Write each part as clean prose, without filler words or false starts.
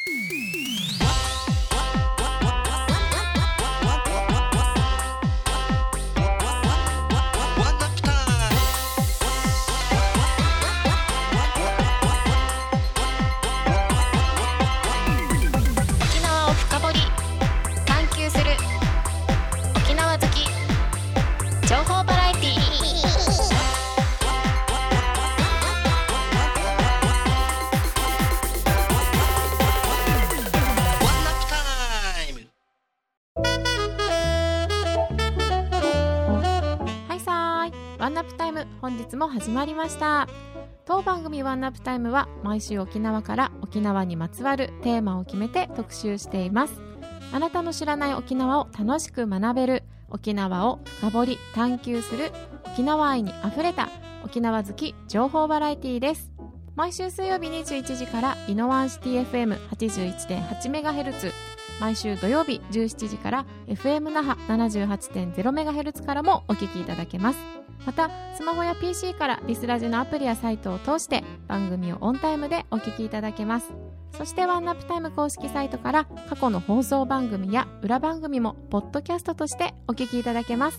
ワンナップタイム、本日も始まりました。当番組ワンナップタイムは毎週沖縄から沖縄にまつわるテーマを決めて特集しています。あなたの知らない沖縄を楽しく学べる、沖縄を深掘り探求する、沖縄愛にあふれた沖縄好き情報バラエティです。毎週水曜日21時からイノワンシティ FM81.8MHz、 毎週土曜日17時から FM 那覇 78.0MHz からもお聞きいただけます。またスマホや PC からリスラジのアプリやサイトを通して番組をオンタイムでお聞きいただけます。そしてワンナップタイム公式サイトから過去の放送番組や裏番組もポッドキャストとしてお聞きいただけます。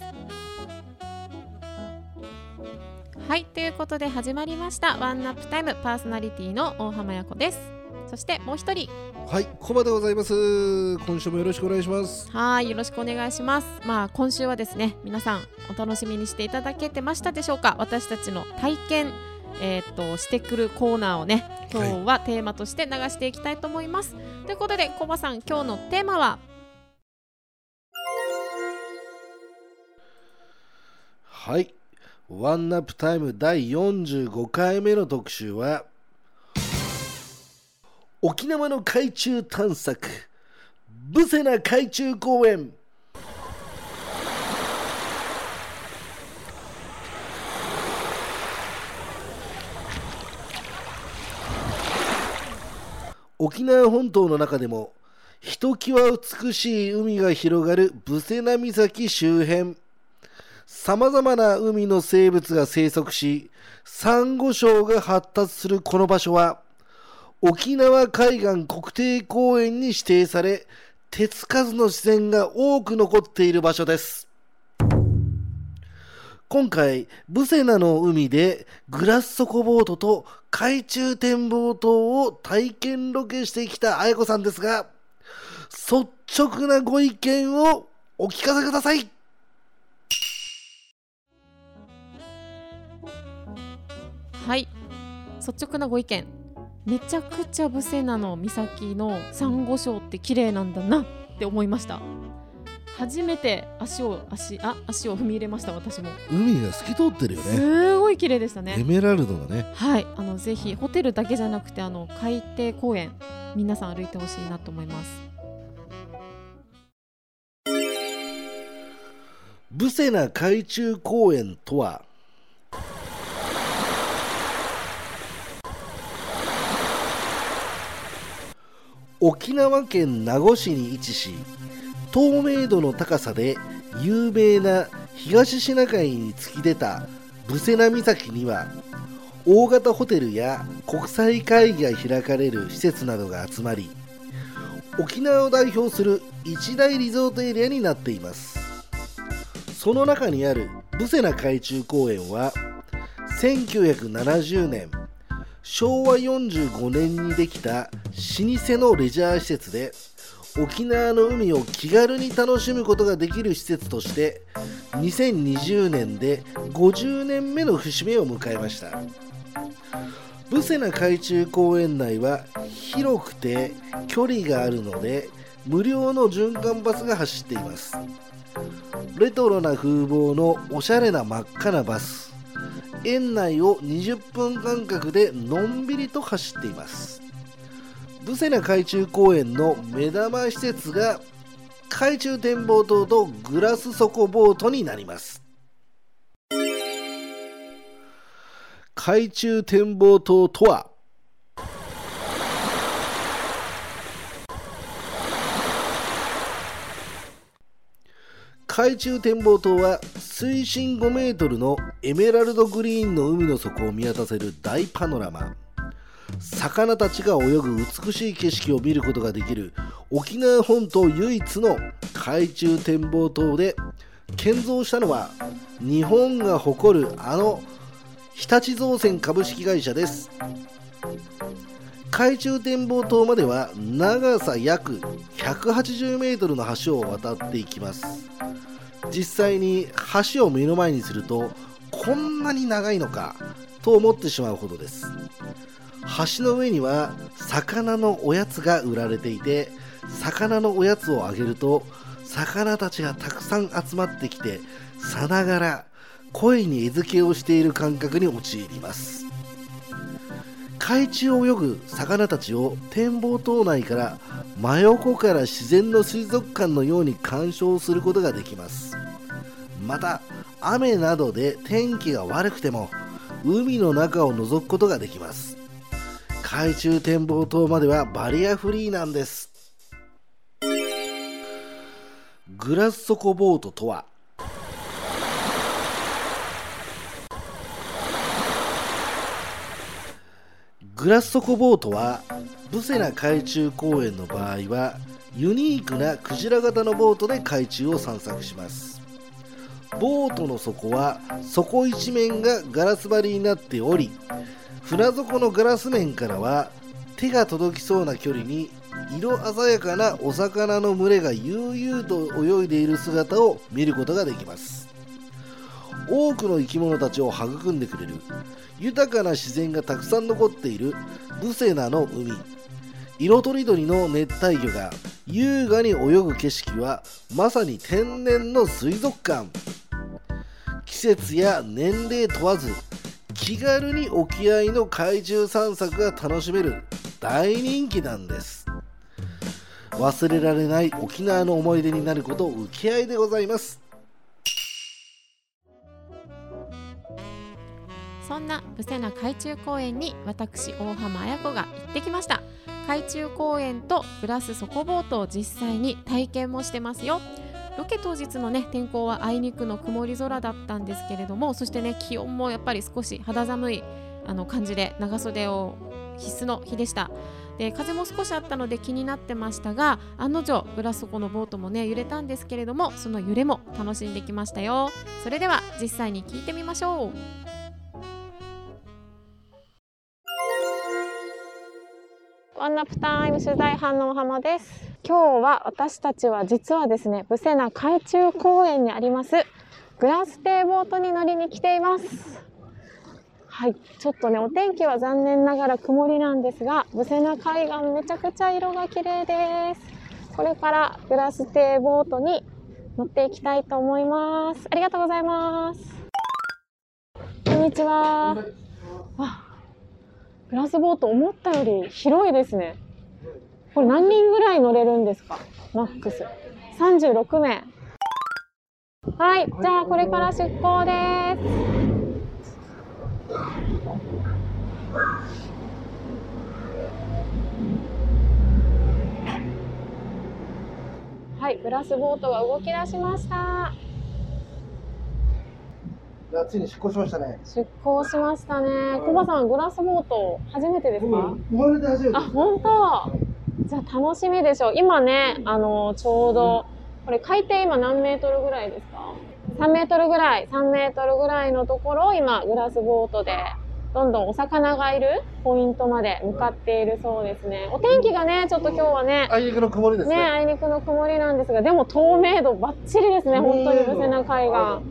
はい、ということで始まりましたワンナップタイム、パーソナリティの大浜彩子です。そしてもう一人、 はい、コバでございます。今週もよろしくお願いします。 はい、よろしくお願いします。今週はですね、皆さんお楽しみにしていただけてましたでしょうか。私たちの体験、してくるコーナーをね、今日はテーマとして流していきたいと思います。ということでコバさん、今日のテーマは？ はい、ワンナップタイム第45回目の特集は沖縄の海中探索、ブセナ海中公園。沖縄本島の中でもひときわ美しい海が広がるブセナ岬周辺、さまざまな海の生物が生息し、サンゴ礁が発達するこの場所は沖縄海岸国定公園に指定され、手つかずの自然が多く残っている場所です。今回ブセナの海でグラス底ボートと海中展望塔を体験ロケしてきた彩子さんですが、率直なご意見をお聞かせください。 はい、率直なご意見。めちゃくちゃブセナの岬のサンゴ礁って綺麗なんだなって思いました。初めて足を踏み入れました。私も海が透き通ってるよね。 すごい綺麗でしたね。 エメラルドがね。 はい、ぜひホテルだけじゃなくて海底公園、皆さん歩いてほしいなと思います。 ブセナ海中公園とは、沖縄県名護市に位置し、透明度の高さで有名な東シナ海に突き出たブセナ岬には、大型ホテルや国際会議が開かれる施設などが集まり、沖縄を代表する一大リゾートエリアになっています。その中にあるブセナ海中公園は1970年昭和45年にできた老舗のレジャー施設で、沖縄の海を気軽に楽しむことができる施設として2020年で50年目の節目を迎えました。ブセナ海中公園内は広くて距離があるので、無料の循環バスが走っています。レトロな風貌のおしゃれな真っ赤なバス、園内を20分間隔でのんびりと走っています。ブセナ海中公園の目玉施設が海中展望塔とグラス底ボートになります。海中展望塔とは、海中展望塔は水深5メートルのエメラルドグリーンの海の底を見渡せる大パノラマ。 魚たちが泳ぐ美しい景色を見ることができる沖縄本島唯一の海中展望塔で、建造したのは日本が誇る日立造船株式会社です。海中展望塔までは長さ約180メートルの橋を渡っていきます。実際に橋を目の前にすると、こんなに長いのかと思ってしまうほどです。橋の上には魚のおやつが売られていて、魚のおやつをあげると魚たちがたくさん集まってきて、さながら声に餌付けをしている感覚に陥ります。海中を泳ぐ魚たちを展望塔内から真横から自然の水族館のように鑑賞することができます。また雨などで天気が悪くても海の中を覗くことができます。海中展望塔まではバリアフリーなんです。グラス底ボートとは、グラス底ボートはブセナ海中公園の場合はユニークなクジラ型のボートで海中を散策します。ボートの底は底一面がガラス張りになっており、船底のガラス面からは手が届きそうな距離に色鮮やかなお魚の群れが悠々と泳いでいる姿を見ることができます。多くの生き物たちを育んでくれる豊かな自然がたくさん残っているブセナの海、色とりどりの熱帯魚が優雅に泳ぐ景色はまさに天然の水族館。季節や年齢問わず気軽に沖合の海中散策が楽しめる大人気なんです。忘れられない沖縄の思い出になること受け合いでございます。 そんなブセナ海中公園に私大浜彩子が行ってきました。海中公園とグラス底ボートを実際に体験もしてますよ。ロケ当日のね天候はあいにくの曇り空だったんですけれども、そしてね気温もやっぱり少し肌寒い感じで長袖を必須の日でした。で風も少しあったので気になってましたが、案の定グラス底のボートもね揺れたんですけれども、その揺れも楽しんできましたよ。それでは実際に聞いてみましょう。ワンナップタイム取材班の大浜です。今日は私たちは実はですね、ブセナ海中公園にありますグラス艇ボートに乗りに来ています。はい、ちょっとねお天気は残念ながら曇りなんですが、ブセナ海岸めちゃくちゃ色が綺麗です。これからグラス艇ボートに乗っていきたいと思います。ありがとうございます。こんにちは。グラスボート思ったより広いですね。これ何人ぐらい乗れるんですか？マックス36名。はい、じゃあこれから出港です。はい、グラスボートが動き出しました。 ついに出港しましたね。 出港しましたね。コバさん、グラスボート初めてですか？ 生まれて初めて。 あ、本当。じゃあ楽しみでしょう。今ね、ちょうどこれ海底今何メートルぐらいですか？3メートルぐらい、3メートルぐらいのところを今グラスボートでどんどんお魚がいるポイントまで向かっているそうですね。お天気がね、ちょっと今日はね、 あいにくの曇りですね。 あいにくの曇りなんですが、でも透明度バッチリですね。本当にブセナ海岸。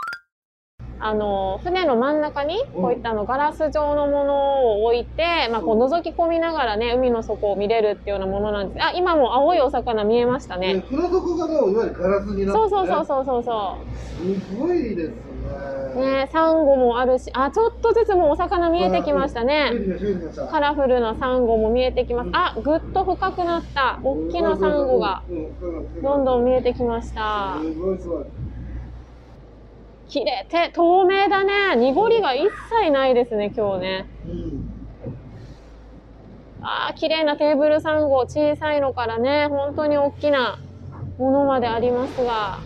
船の真ん中にこういったガラス状のものを置いて、こう覗き込みながらね海の底を見れるっていうようなものなんです。あ、今も青いお魚見えましたね。 船底がもういわゆるガラスになって、ね、 そうすごいですね。 サンゴもあるし、ちょっとずつもうお魚見えてきましたね。カラフルなサンゴも見えてきます。ぐっと深くなった大きなサンゴがどんどん見えてきました。すごいすごい。綺麗、透明だね。濁りが一切ないですね、今日ね。綺麗なテーブルサンゴ、小さいのからね、本当に大きなものまでありますが。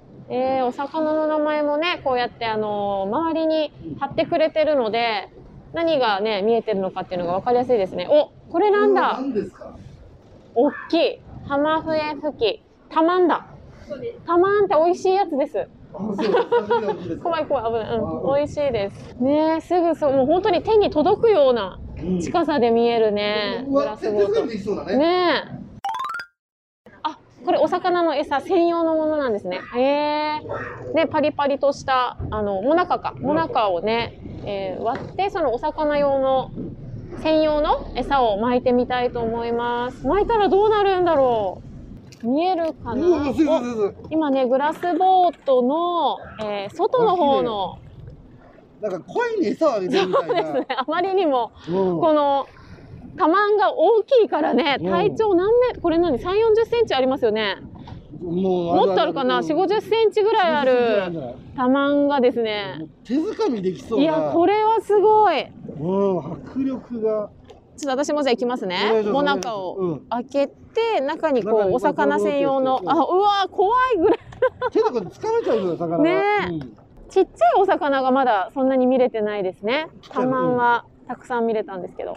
お魚の名前もね、こうやって周りに貼ってくれてるので、 何がね、見えてるのかっていうのが分かりやすいですね。お、これなんだ。 何ですか？ 大きい。浜笛吹き。タマンだ。タマンって美味しいやつです。怖い怖い、危ない。美味しいです。ねえ、すぐそう、もう本当に手に届くような近さで見えるね。グラスボート。ねえ。あ、これお魚の餌専用のものなんですね。へえ。で、パリパリとしたモナカをね、割ってそのお魚用の専用の餌を巻いてみたいと思います。巻いたらどうなるんだろう。見えるかな。今ね、グラスボートの、外の方のなんか鯉に餌をあげてるみたいな。そうですね。 あまりにもこのタマンが大きいからね、体長何メートル、これ何、3、40センチありますよね。もっとあるかな、4、50センチぐらいあるタマンがですね。 手づかみできそうな。 いや、これはすごい。 迫力が。 ちょっと私もじゃあ行きますね。モナカを開けて、中にこうお魚専用の、うわ怖いぐらい。 手とかで掴めちゃうよ魚。 ねえ、ちっちゃいお魚がまだそんなに見れてないですね。タマンはたくさん見れたんですけど。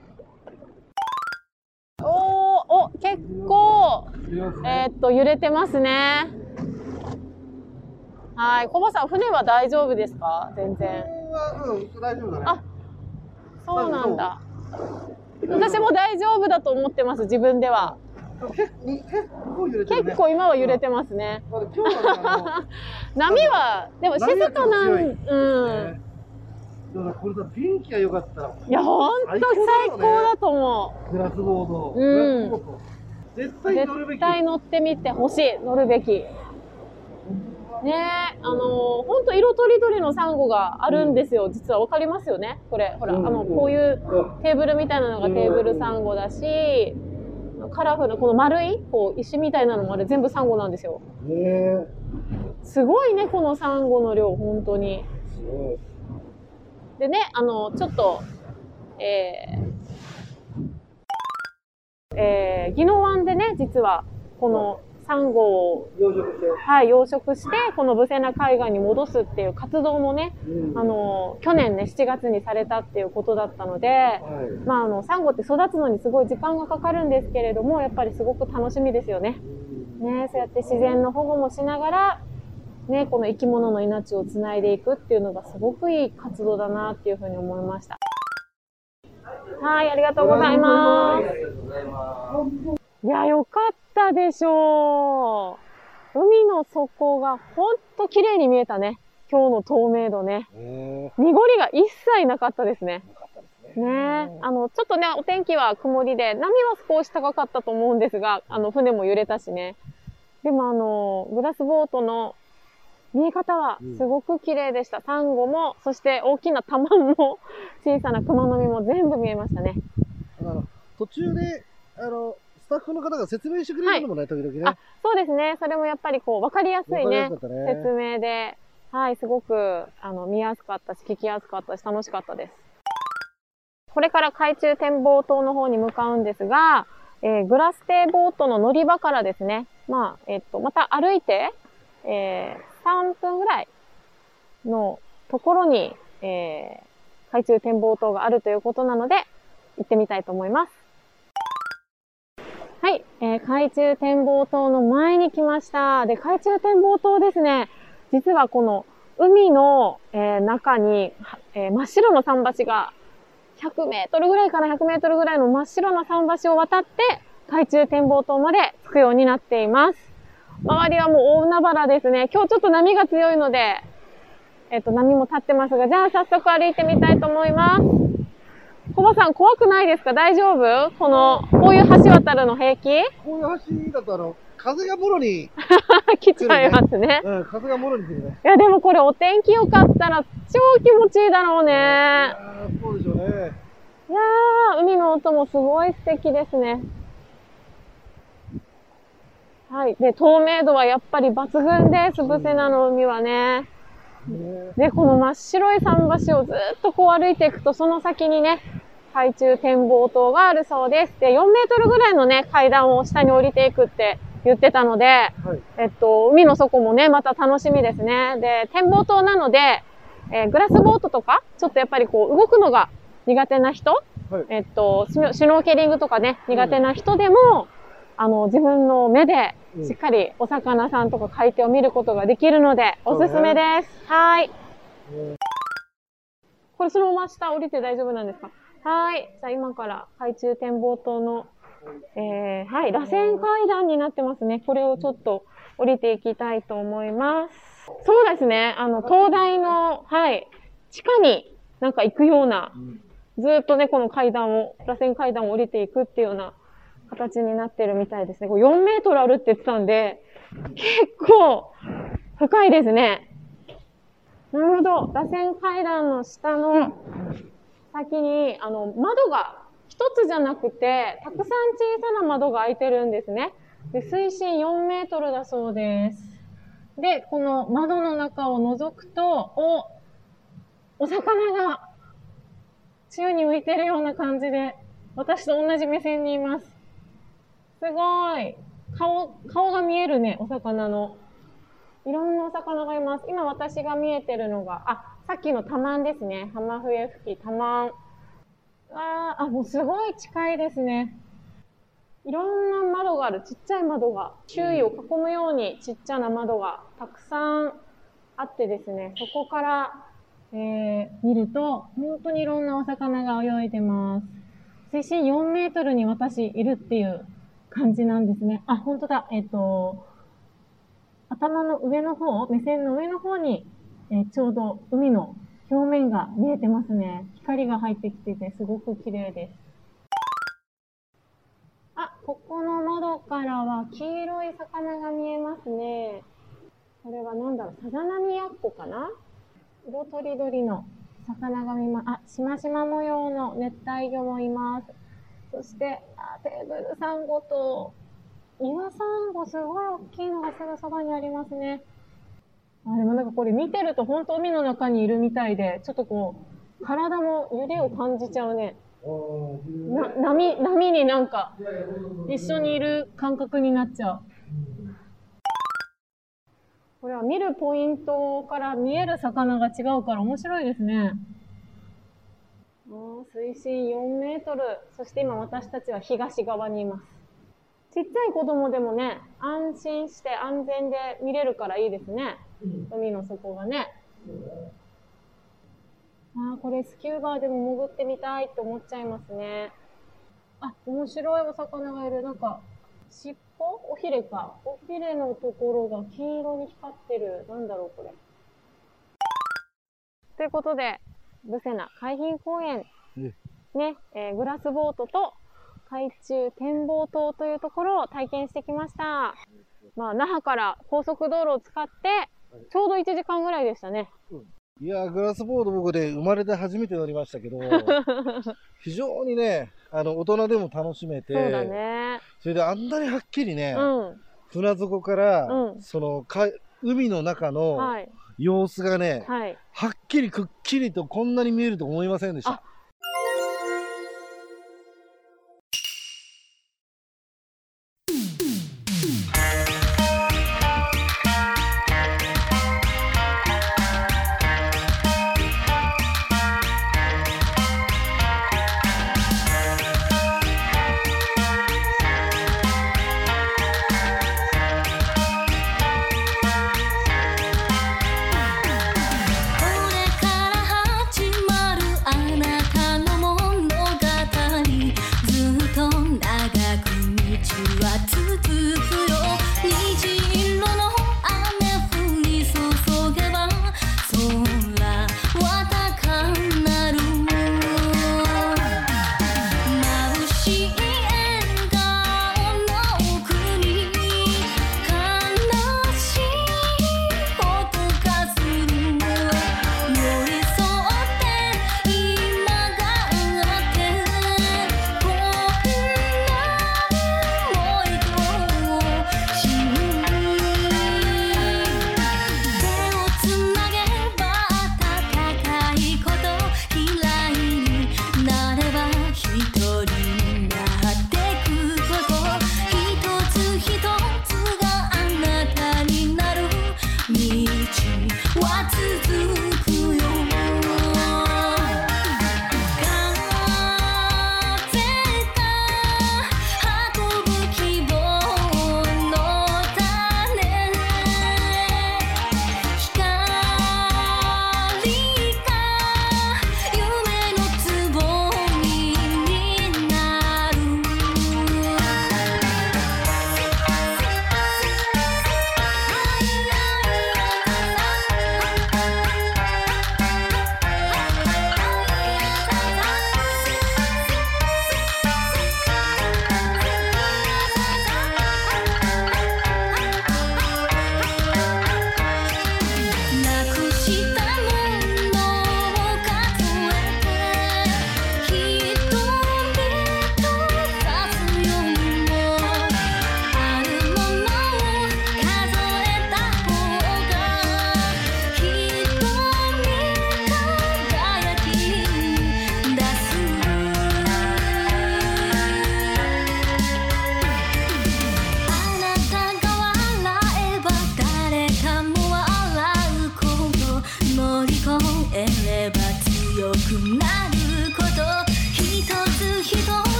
お、結構揺れてますね。はい、コバさん、船は大丈夫ですか？全然。 大丈夫だね。 あ、そうなんだ。私も大丈夫だと思ってます、自分では。結構今は揺れてますね。波はでも静かなん。 これさ、天気が良かったら。 いや、本当最高だと思う。グラスボード。絶対乗ってみてほしい。乗るべき。ねえ、本当色とりどりのサンゴがあるんですよ。実はわかりますよね。これほら、こういうテーブルみたいなのがテーブルサンゴだし、カラフルなこの丸いこう石みたいなのもあれ全部サンゴなんですよ。すごいね、このサンゴの量本当に。でね、ちょっと宜野湾でね、実はこのサンゴを養殖してこのブセナ海岸に戻すっていう活動もね、去年ね7月にされたっていうことだったので、サンゴって育つのにすごい時間がかかるんですけれども、やっぱりすごく楽しみですよね。そうやって自然の保護もしながら、ね、この生き物の命をつないでいくっていうのがすごくいい活動だなっていうふうに思いました。はい、ありがとうございます。いや、よかったでしょう。海の底がほんと綺麗に見えたね。今日の透明度ね。濁りが一切なかったですね。ちょっとね、お天気は曇りで、波は少し高かったと思うんですが、船も揺れたしね。でもグラスボートの見え方はすごく綺麗でした。サンゴも、そして大きなタマンも、小さなクマノミも全部見えましたね。 途中で、スタッフの方が説明してくれるのもね、時々ね。 そうですね。それもやっぱりこう、わかりやすいね、説明で。はい、すごく、見やすかったし、聞きやすかったし、楽しかったです。これから海中展望塔の方に向かうんですが、グラス艇ボートの乗り場からですね、また歩いて、3分ぐらいのところに、海中展望塔があるということなので、行ってみたいと思います。はい、海中展望塔の前に来ました。で、海中展望塔ですね。実はこの海の、中に、真っ白の桟橋が100メートルぐらいから100メートルぐらいの真っ白な桟橋を渡って海中展望塔まで着くようになっています。周りはもう大海原ですね。今日ちょっと波が強いので、波も立ってますが、じゃあ早速歩いてみたいと思います。コバさん、怖くないですか？大丈夫？こういう橋渡るの平気？ こういう橋だと風がもろに来ちゃいますね。 風がもろに来るね。 いや、でもこれお天気良かったら超気持ちいいだろうね。 そうでしょうね。 いやー、海の音もすごい素敵ですね。はい。で、透明度はやっぱり抜群です。ブセナの海はね。で、この真っ白い桟橋をずっとこう歩いていくと、その先にね、海中展望塔があるそうです。で、4メートルぐらいのね、階段を下に降りていくって言ってたので、海の底もね、また楽しみですね。で、展望塔なので、グラスボートとか、ちょっとやっぱりこう動くのが苦手な人、 はい、 シュノーケリングとかね、苦手な人でも、自分の目でしっかりお魚さんとか海底を見ることができるので、おすすめです。はい。これそのまま下降りて大丈夫なんですか？はい。じゃあ今から海中展望塔の、はい、螺旋階段になってますね。これをちょっと降りていきたいと思います。そうですね。灯台の、はい、地下になんか行くような、ずっとね、この螺旋階段を降りていくっていうような形になってるみたいですね。これ4メートルあるって言ってたんで、結構深いですね。なるほど。螺旋階段の下の先に、窓が一つじゃなくて、たくさん小さな窓が開いてるんですね。で、水深4メートルだそうです。で、この窓の中を覗くと、お魚が宙に浮いてるような感じで、私と同じ目線にいます。すごい。顔が見えるね、お魚の。いろんなお魚がいます。今私が見えてるのが、さっきのタマンですね。ハマフエフキ、タマン。もうすごい近いですね。いろんな窓がある。ちっちゃい窓が。周囲を囲むようにちっちゃな窓がたくさんあってですね。そこから、見ると、本当にいろんなお魚が泳いでます。水深4メートルに私いるっていう感じなんですね。本当だ。頭の上の方、目線の上の方に、ちょうど海の表面が見えてますね。光が入ってきててすごく綺麗です。ここの窓からは黄色い魚が見えますね。これはなんだろう、サザナミヤッコかな？色とりどりの魚が見ます。しましま模様の熱帯魚もいます。そして、テーブルサンゴと、岩サンゴすごい大きいのがすぐそばにありますね。でもなんかこれ見てると本当海の中にいるみたいで、ちょっとこう、体も揺れを感じちゃうね。波になんか、一緒にいる感覚になっちゃう。これは見るポイントから見える魚が違うから面白いですね。水深4メートル。そして今私たちは東側にいます。ちっちゃい子供でもね、安心して安全で見れるからいいですね。海の底がね。これスキューバーでも潜ってみたいって思っちゃいますね。面白いお魚がいる。なんか、尻尾？尾ひれか。尾ひれのところが金色に光ってる。なんだろう、これ。ということで、ブセナ海浜公園、ね、グラスボートと海中展望塔というところを体験してきました。那覇から高速道路を使って、ちょうど1時間ぐらいでしたね。 いや、グラスボード僕で生まれて初めて乗りましたけど、非常にね、大人でも楽しめて、 そうだね。 それであんなにはっきりね、船底から、海の中の様子がね、はっきりくっきりとこんなに見えると思いませんでした。 これから始まるあなた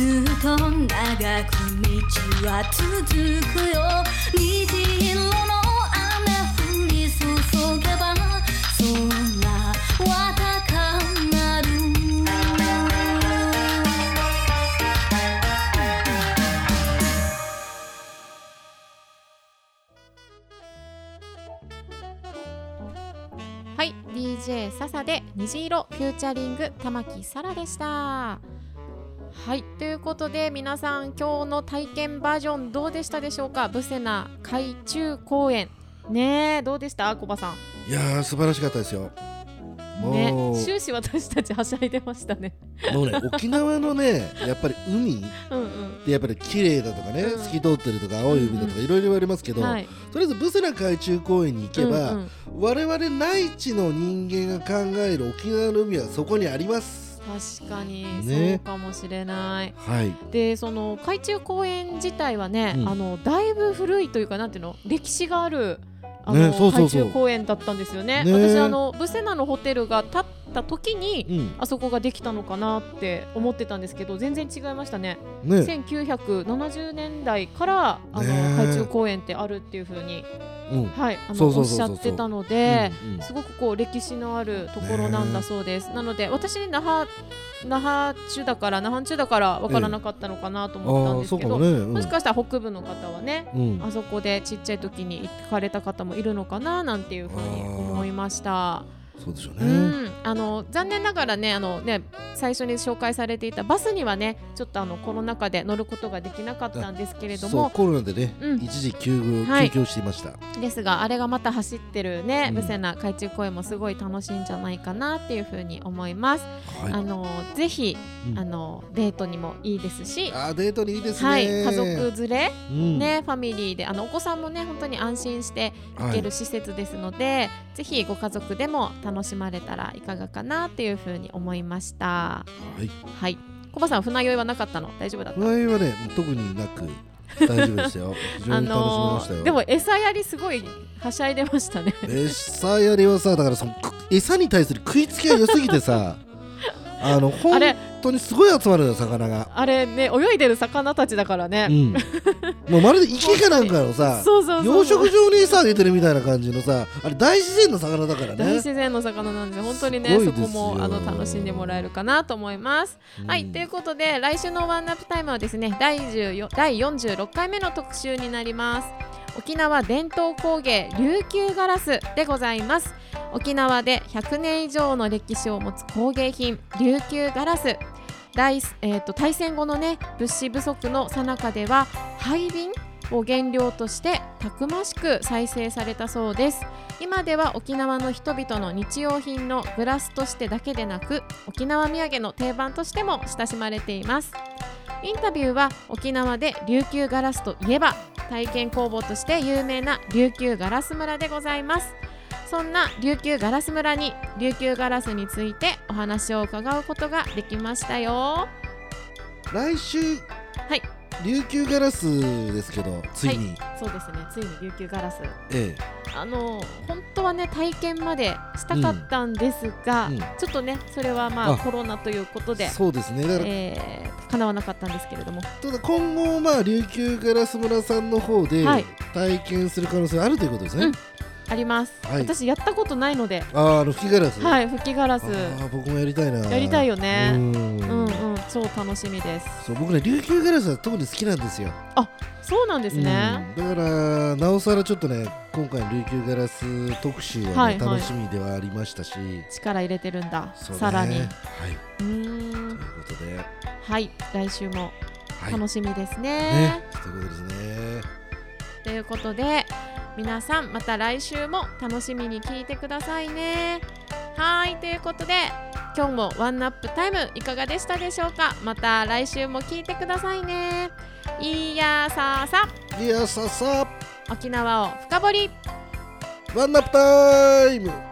ずっと長く道は続くよ。虹色の雨降り注げば空は高鳴る。 はい、DJ 笹で虹色フューチャリング玉木沙羅でした。はい、ということで皆さん今日の体験バージョンどうでしたでしょうか。ブセナ海中公園ねえ、どうでしたコバさん。 いやー素晴らしかったですよ。もう、 ね、終始私たちはしゃいでましたね。 もうね沖縄のねやっぱり海うんうんでやっぱり綺麗だとかね、 うん、 透き通ってるとか青い海だとかいろいろ言われますけど、 はい、 とりあえずブセナ海中公園に行けば、 うんうん、 我々内地の人間が考える沖縄の海はそこにあります。 確かに、 ね、 そうかもしれない、 はい、でその海中公園自体はね、だいぶ古いというかなんていうの歴史があるね、そうそうそう海中公園だったんですよね。 ね、 私ブセナのホテルが建った時に、あそこができたのかなって思ってたんですけど全然違いましたね。1970年代から海中公園ってあるっていう風に、はい、おっしゃってたので、すごくこう歴史のあるところなんだそうです。なので私那覇中だから分からなかったのかなと思ったんですけど、もしかしたら北部の方はね、あそこでちっちゃい時に行かれた方もいるのかななんていうふうに思いました。 そうでしょうね。 残念ながらね最初に紹介されていたバスにはねちょっとコロナ禍で乗ることができなかったんですけれども、 コロナでね、一時休業していました。 ですがあれがまた走ってるね、ブセナ海中公園もすごい楽しいんじゃないかなっていうふうに思います。ぜひ、デートにもいいですし、 デートにいいですね、 はい、家族連れ、ね、ファミリーでお子さんもね本当に安心して行ける施設ですので、ぜひご家族でも楽しまれたらいかがかなっていうふうに思いました。はい、はい、コバさん船酔いはなかったの？大丈夫だった？ 船酔いはね特になく大丈夫ですよ。非常に楽しみましたよ。 でも餌やりすごいはしゃいでましたね。 餌やりはさ、だからその餌に対する食いつきが良すぎてさ本当にすごい集まるよ魚が。あれね泳いでる魚たちだからね、 もうまるで池かなんかのさ養殖場に餌あげてるみたいな感じのさ、あれ大自然の魚だからね。 大自然の魚なんですよ。本当にねそこも楽しんでもらえるかなと思います。はい、ということで来週のワンナップタイムはですね第46回目の特集になります。沖縄伝統工芸琉球ガラスでございます。沖縄で100年以上の歴史を持つ工芸品琉球ガラス、大戦後のね物資不足の最中では廃瓶を原料としてたくましく再生されたそうです。今では沖縄の人々の日用品のグラスとしてだけでなく沖縄土産の定番としても親しまれています。インタビューは沖縄で琉球ガラスといえば体験工房として有名な琉球ガラス村でございます。そんな琉球ガラス村に琉球ガラスについてお話を伺うことができましたよ。 来週、 はい、 琉球ガラスですけどついに、 はい、そうですね、ついに琉球ガラス、 本当はね体験までしたかったんですが、ちょっとねそれはコロナということでそうですね、だから叶わなかったんですけれども、 ただ今後琉球ガラス村さんの方で体験する可能性あるということですね。 あります、私やったことないので。 吹きガラス、 はい、吹きガラス僕もやりたいな。 やりたいよね。超楽しみです。 そう、僕ね琉球ガラスは特に好きなんですよ。 あ、そうなんですね。 だからなおさらちょっとね今回の琉球ガラス特集はね、楽しみではありましたし、 力入れてるんだ、さらに。 ということで、 はい、来週も楽しみですね。 ということですね。 ということで皆さんまた来週も楽しみに聞いてくださいね。はい、ということで今日もワンナップタイムいかがでしたでしょうか。また来週も聞いてくださいね。いやささいやささ沖縄を深掘りワンナップタイム。